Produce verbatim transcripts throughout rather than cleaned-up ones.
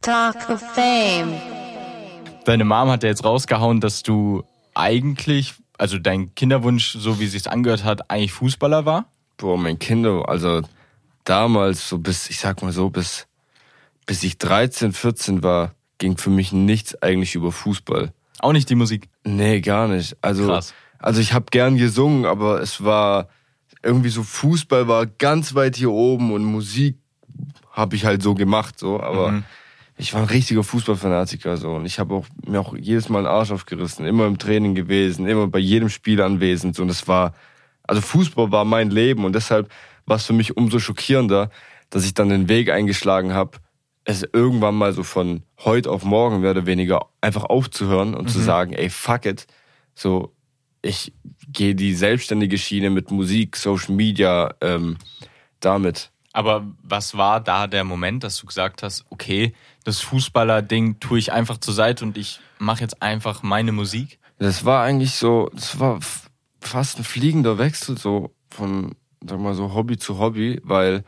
Talk of Fame. Deine Mom hat ja jetzt rausgehauen, dass du eigentlich, also dein Kinderwunsch, so wie es sich angehört hat, eigentlich Fußballer war? Boah, mein Kinder, also damals so bis, ich sag mal so, bis, bis ich dreizehn, vierzehn war, ging für mich nichts eigentlich über Fußball. Auch nicht die Musik? Nee, gar nicht. Also, Krass. Also ich habe gern gesungen, aber es war irgendwie so, Fußball war ganz weit hier oben und Musik habe ich halt so gemacht, so, aber mhm. ich war ein richtiger Fußballfanatiker, so, und ich habe auch mir auch jedes Mal einen Arsch aufgerissen, immer im Training gewesen, immer bei jedem Spiel anwesend, so, und das war, also Fußball war mein Leben, und deshalb war es für mich umso schockierender, dass ich dann den Weg eingeschlagen habe, es irgendwann mal so von heute auf morgen mehr oder weniger einfach aufzuhören und mhm. zu sagen, ey, fuck it, so, ich gehe die selbstständige Schiene mit Musik, Social Media, ähm, damit. Aber was war da der Moment, dass du gesagt hast, okay, das Fußballer-Ding tue ich einfach zur Seite und ich mache jetzt einfach meine Musik? Das war eigentlich so, das war f- fast ein fliegender Wechsel, so von, sag mal so, Hobby zu Hobby, weil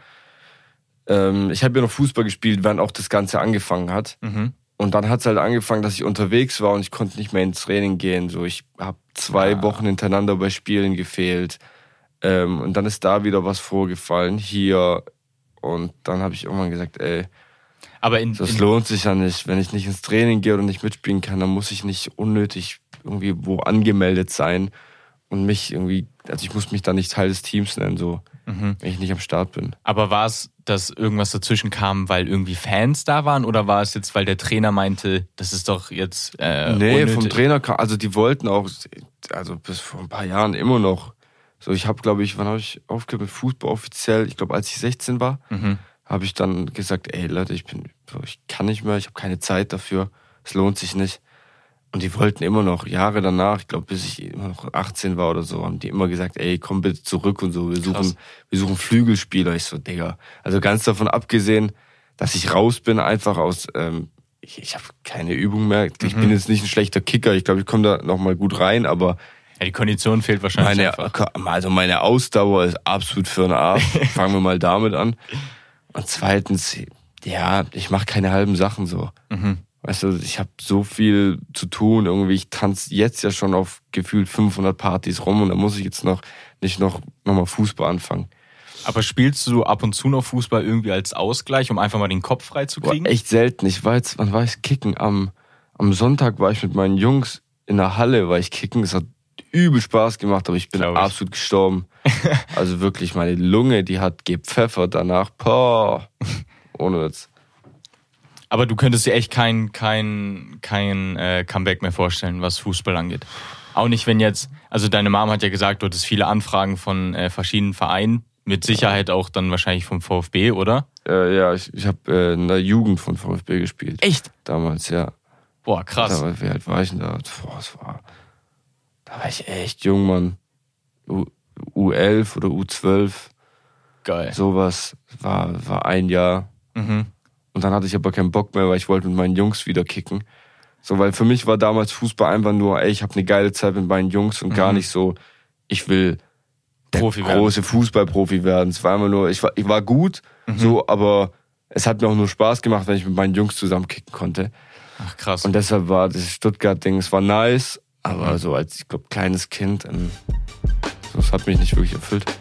ähm, ich habe ja noch Fußball gespielt, während auch das Ganze angefangen hat. Mhm. Und dann hat es halt angefangen, dass ich unterwegs war und ich konnte nicht mehr ins Training gehen. So, ich habe zwei ah. Wochen hintereinander bei Spielen gefehlt. Ähm, und dann ist da wieder was vorgefallen, hier. Und dann habe ich irgendwann gesagt, ey, aber in, das in lohnt sich ja nicht. Wenn ich nicht ins Training gehe oder nicht mitspielen kann, dann muss ich nicht unnötig irgendwie wo angemeldet sein. Und mich irgendwie, also ich muss mich da nicht Teil des Teams nennen, so, mhm. wenn ich nicht am Start bin. Aber war es, dass irgendwas dazwischen kam, weil irgendwie Fans da waren? Oder war es jetzt, weil der Trainer meinte, das ist doch jetzt äh, Nee, unnötig? Vom Trainer kam, also die wollten auch, also bis vor ein paar Jahren immer noch. So, ich habe, glaube ich, wann habe ich aufgehört mit Fußball offiziell? Ich glaube, als ich sechzehn war, mhm. habe ich dann gesagt, ey Leute, ich bin, ich kann nicht mehr, ich habe keine Zeit dafür, es lohnt sich nicht. Und die wollten immer noch, Jahre danach, ich glaube, bis ich immer noch achtzehn war oder so, haben die immer gesagt, ey, komm bitte zurück und so, wir suchen, wir suchen Flügelspieler. Ich so, Digga. Also ganz davon abgesehen, dass ich raus bin, einfach aus, ähm, ich, ich habe keine Übung mehr. Ich mhm. bin jetzt nicht ein schlechter Kicker, ich glaube, ich komme da nochmal gut rein, aber ja, die Kondition fehlt wahrscheinlich meine, einfach. Also meine Ausdauer ist absolut für den Arsch. Fangen wir mal damit an. Und zweitens, ja, ich mache keine halben Sachen so. Mhm. Weißt du, ich habe so viel zu tun. Irgendwie, ich tanze jetzt ja schon auf gefühlt fünfhundert Partys rum und da muss ich jetzt noch nicht noch, noch mal Fußball anfangen. Aber spielst du ab und zu noch Fußball irgendwie als Ausgleich, um einfach mal den Kopf frei zu kriegen? Boah, echt selten. Ich war jetzt, wann war ich kicken? Am, am Sonntag war ich mit meinen Jungs in der Halle, war ich kicken. Es hat übel Spaß gemacht, aber ich bin Glaub absolut ich. gestorben. Also wirklich, meine Lunge, die hat gepfeffert danach. Boah, ohne Witz. Aber du könntest dir echt kein, kein, kein äh, Comeback mehr vorstellen, was Fußball angeht. Auch nicht, wenn jetzt, also deine Mom hat ja gesagt, du hattest viele Anfragen von äh, verschiedenen Vereinen, mit Sicherheit auch dann wahrscheinlich vom VfB, oder? Äh, ja, ich, ich habe äh, in der Jugend von VfB gespielt. Echt? Damals, ja. Boah, krass. Da, wie alt war ich denn da? Boah, das war, da war ich echt jung, Mann. U, U elf oder U zwölf. Geil. Sowas war, war ein Jahr. Mhm. Und dann hatte ich aber keinen Bock mehr, weil ich wollte mit meinen Jungs wieder kicken. So, weil für mich war damals Fußball einfach nur, ey, ich habe eine geile Zeit mit meinen Jungs und mhm. gar nicht so, ich will der Profi große werden. Fußballprofi werden. Es war einfach nur, ich war, ich war gut, mhm. so, aber es hat mir auch nur Spaß gemacht, wenn ich mit meinen Jungs zusammen kicken konnte. Ach krass. Und deshalb war das Stuttgart-Ding, es war nice, aber mhm. so als, ich glaube, kleines Kind, das hat mich nicht wirklich erfüllt.